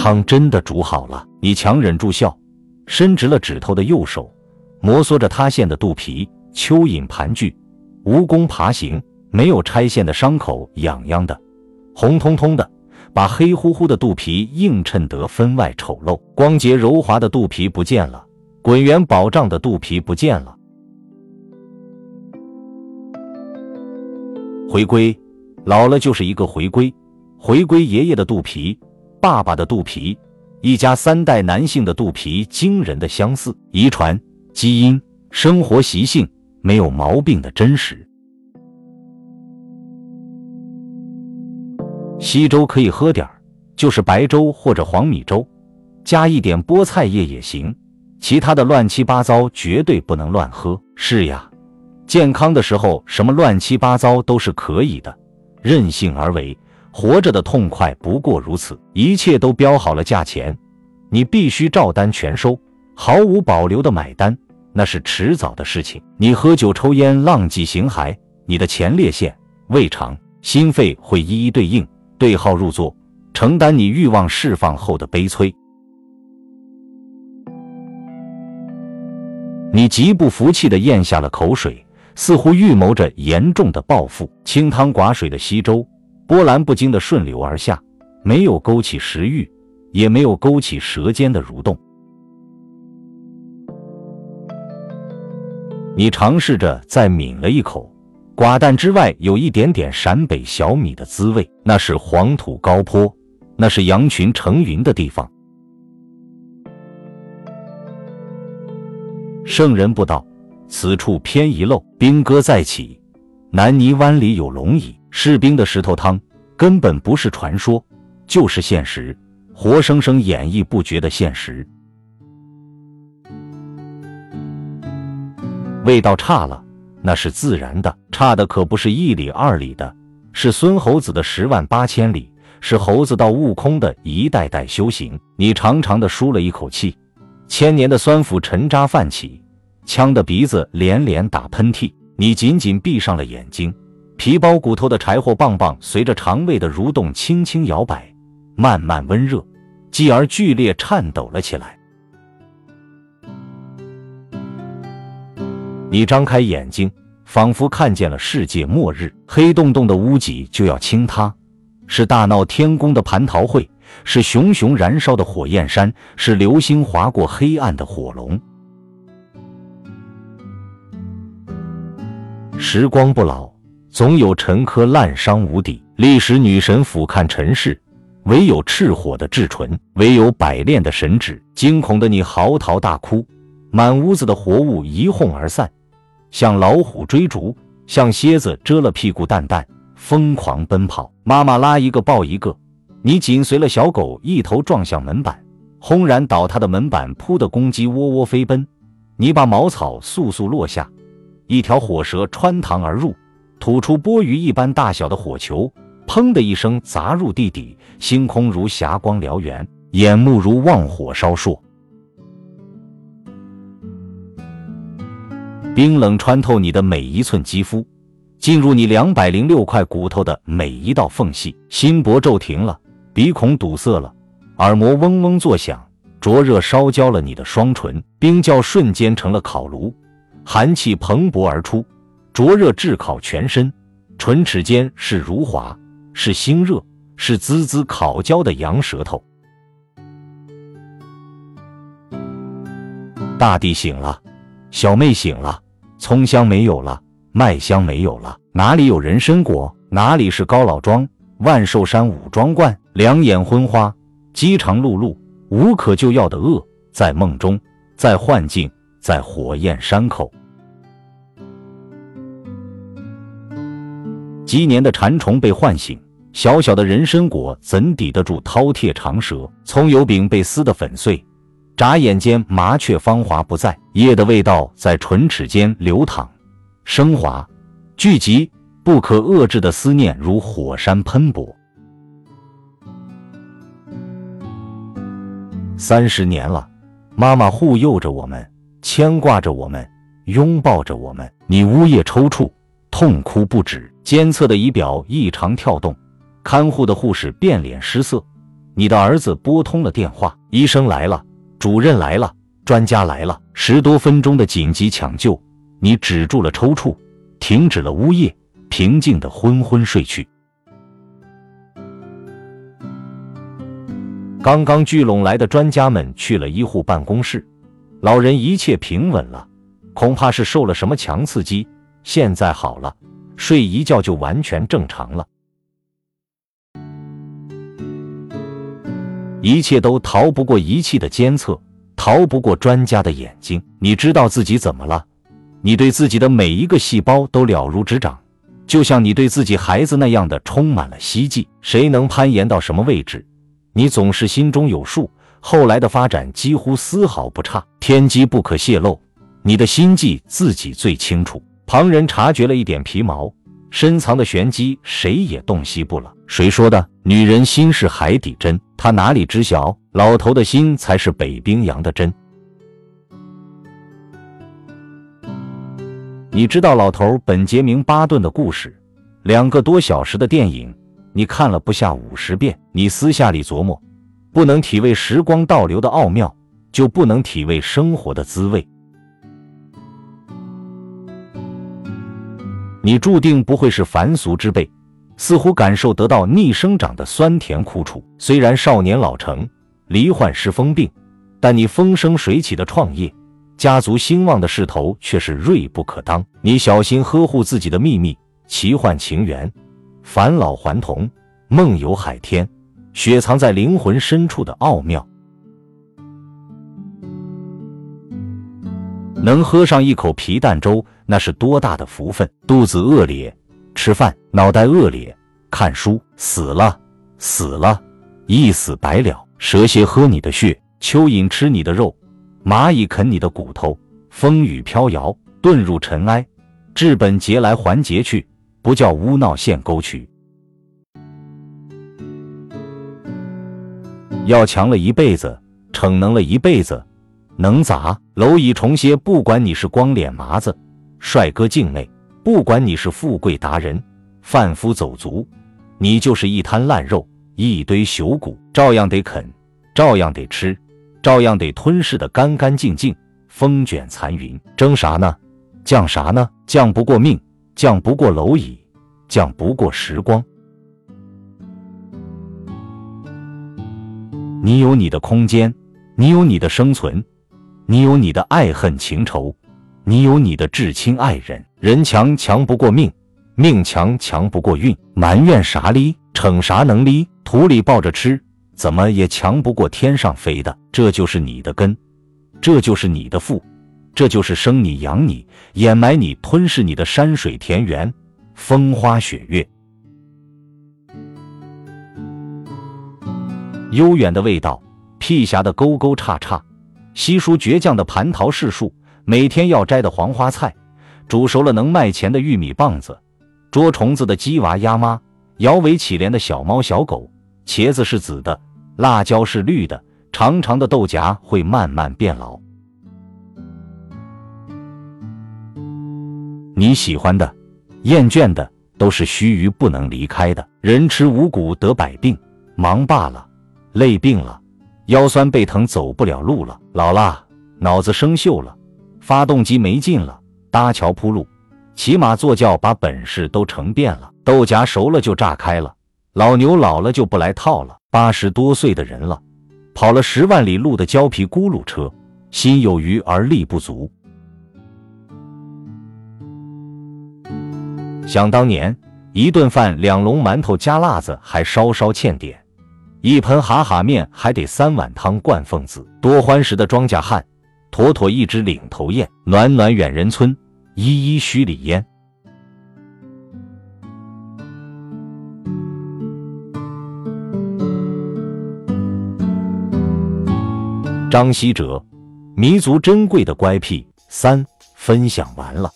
汤真的煮好了，你强忍住笑，伸直了指头的右手，摩挲着塌陷的肚皮，蚯蚓盘踞，蜈蚣爬行，没有拆线的伤口痒痒的，红彤彤的，把黑乎乎的肚皮映衬得分外丑陋。光洁柔滑的肚皮不见了，滚圆饱胀的肚皮不见了。回归，老了就是一个回归，回归爷爷的肚皮，爸爸的肚皮，一家3代男性的肚皮惊人的相似，遗传、基因、生活习性没有毛病的真实。稀粥可以喝点儿，就是白粥或者黄米粥，加一点菠菜叶也行，其他的乱七八糟绝对不能乱喝。是呀，健康的时候什么乱七八糟都是可以的，任性而为，活着的痛快不过如此。一切都标好了价钱，你必须照单全收，毫无保留的买单，那是迟早的事情。你喝酒抽烟浪迹形骸，你的前列腺、胃肠、心肺会一一对应，对号入座，承担你欲望释放后的悲催。你极不服气地咽下了口水，似乎预谋着严重的报复。清汤寡水的稀粥，波澜不惊地顺流而下，没有勾起食欲，也没有勾起舌尖的蠕动。你尝试着再抿了一口，寡淡之外有一点点陕北小米的滋味，那是黄土高坡，那是羊群成云的地方。圣人不道，此处偏遗漏。兵戈再起，南泥湾里有龙椅。士兵的石头汤根本不是传说，就是现实，活生生演绎不绝的现实。味道差了，那是自然的，差的可不是1里2里的，是孙猴子的10万8千里，是猴子到悟空的一代代修行。你长长的舒了一口气，千年的酸腐沉渣泛起，呛得鼻子连连打喷嚏。你紧紧闭上了眼睛，皮包骨头的柴火棒棒随着肠胃的蠕动轻轻摇摆，慢慢温热，继而剧烈颤抖了起来。你张开眼睛，仿佛看见了世界末日，黑洞洞的屋脊就要倾塌，是大闹天宫的蟠桃会，是熊熊燃烧的火焰山，是流星划过黑暗的火龙。时光不老，总有陈珂滥觞无底，历史女神俯瞰尘世，唯有赤火的至纯，唯有百炼的神指。惊恐的你嚎啕大哭，满屋子的活物一哄而散，像老虎追逐，像蝎子遮了屁股蛋蛋，疯狂奔跑。妈妈拉一个抱一个，你紧随了小狗一头撞向门板，轰然倒塌的门板扑的公鸡窝窝飞奔，你把茅草簌簌落下，一条火蛇穿膛而入，吐出钵盂一般大小的火球，砰的一声砸入地底，星空如霞光燎原，眼目如旺火烧烁。冰冷穿透你的每一寸肌肤，进入你206块骨头的每一道缝隙，心搏骤停了，鼻孔堵塞了，耳膜嗡嗡作响，灼热烧焦了你的双唇，冰窖瞬间成了烤炉，寒气蓬勃而出，灼热炙烤全身，唇齿间是如滑，是腥热，是滋滋烤焦的羊舌头。大地醒了，小妹醒了，葱香没有了，麦香没有了，哪里有人参果，哪里是高老庄，万寿山武装观。两眼昏花，饥肠辘辘，无可救药的饿，在梦中，在幻境，在火焰山口。积年的馋虫被唤醒，小小的人参果怎抵得住饕餮长舌？葱油饼被撕得粉碎，眨眼间麻雀芳华不在，叶的味道在唇齿间流淌升华，聚集，不可遏制的思念如火山喷薄。30年了，妈妈护佑着我们，牵挂着我们，拥抱着我们。你呜咽抽搐，痛哭不止，监测的仪表异常跳动，看护的护士变脸失色， 你的儿子拨通了电话，医生来了，主任来了，专家来了，10多分钟的紧急抢救，你止住了抽搐，停止了呜咽，平静地昏昏睡去。刚刚聚拢来的专家们去了医护办公室，老人一切平稳了，恐怕是受了什么强刺激，现在好了，睡一觉就完全正常了。一切都逃不过仪器的监测，逃不过专家的眼睛。你知道自己怎么了，你对自己的每一个细胞都了如指掌，就像你对自己孩子那样的充满了希冀。谁能攀岩到什么位置，你总是心中有数，后来的发展几乎丝毫不差，天机不可泄露，你的心计自己最清楚。旁人察觉了一点皮毛，深藏的玄机谁也洞悉不了。谁说的？女人心是海底针，她哪里知晓，老头的心才是北冰洋的针。你知道老头本杰明·巴顿的故事，2个多小时的电影，你看了不下50遍。你私下里琢磨，不能体味时光倒流的奥妙，就不能体味生活的滋味。你注定不会是凡俗之辈，似乎感受得到逆生长的酸甜苦楚。虽然少年老成，罹患失风病，但你风生水起的创业，家族兴旺的势头却是锐不可当。你小心呵护自己的秘密，奇幻情缘，返老还童，梦游海天，雪藏在灵魂深处的奥妙。能喝上一口皮蛋粥，那是多大的福分。肚子饿咧，吃饭；脑袋饿咧，看书。死了，死了，一死百了。蛇蝎喝你的血，蚯蚓吃你的肉，蚂蚁啃你的骨头。风雨飘摇，遁入尘埃，治本节来还节去，不叫乌闹陷沟渠。要强了一辈子，逞能了一辈子，能咋？蝼蚁虫蝎，不管你是光脸麻子、帅哥静妹，不管你是富贵达人、贩夫走卒，你就是一滩烂肉，一堆朽骨，照样得啃，照样得吃，照样得吞噬得干干净净，风卷残云。争啥呢？犟啥呢？犟不过命，犟不过蝼蚁，犟不过时光。你有你的空间，你有你的生存，你有你的爱恨情仇，你有你的至亲爱人。人强强不过命，命强强不过运。埋怨啥哩？逞啥能力？土里抱着吃，怎么也强不过天上飞的。这就是你的根，这就是你的父，这就是生你养你掩埋你吞噬你的山水田园风花雪月。悠远的味道，辟霞的沟沟叉叉，稀疏倔强的蟠桃柿树，每天要摘的黄花菜，煮熟了能卖钱的玉米棒子，捉虫子的鸡娃鸭妈，摇尾乞怜的小猫小狗。茄子是紫的，辣椒是绿的，长长的豆荚会慢慢变老。你喜欢的、厌倦的，都是须臾不能离开的。人吃五谷得百病，忙罢了，累病了，腰酸背疼走不了路了，老了，脑子生锈了，发动机没劲了，搭桥铺路，骑马坐轿把本事都成遍了，豆荚熟了就炸开了，老牛老了就不来套了，80多岁的人了，跑了10万里路的胶皮轱辘车，心有余而力不足。想当年，一顿饭2笼馒头加辣子还稍稍欠点，一盆哈哈面还得3碗汤灌凤子。多欢实的庄稼汉，妥妥一只领头雁。暖暖远人村，依依墟里烟。张希哲，弥足珍贵的乖僻3分享完了。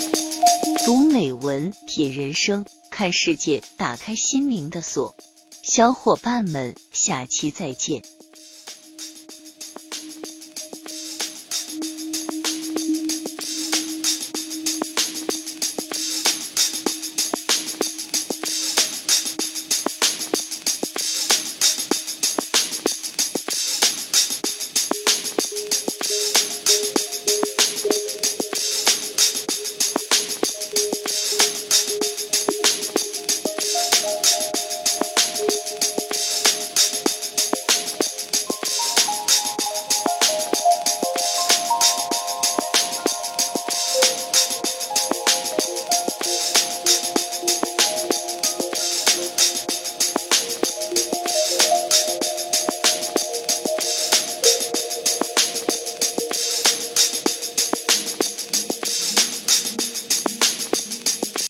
读美文，品人生，看世界，打开心灵的锁。 小伙伴们，下期再见。